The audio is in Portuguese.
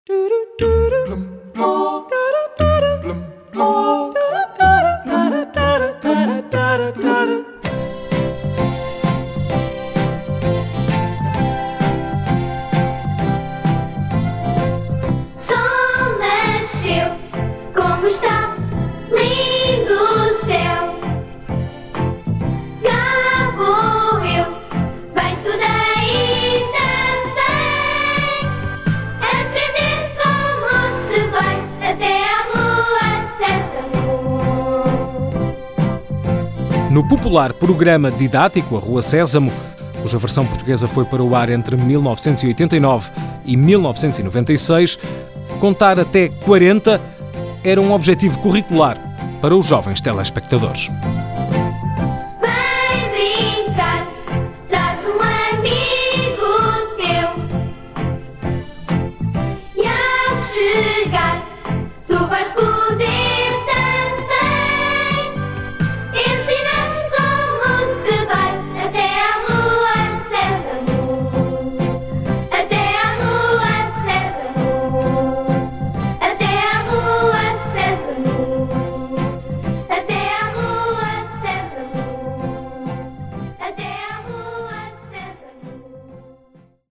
Sol nasceu, como está lindo o céu. Cá vou eu, bem tudo aí também, aprender como se vai até a lua Sésamo. No popular programa didático A Rua Sésamo, cuja versão portuguesa foi para o ar entre 1989 e 1996, contar até 40 era um objetivo curricular para os jovens telespectadores.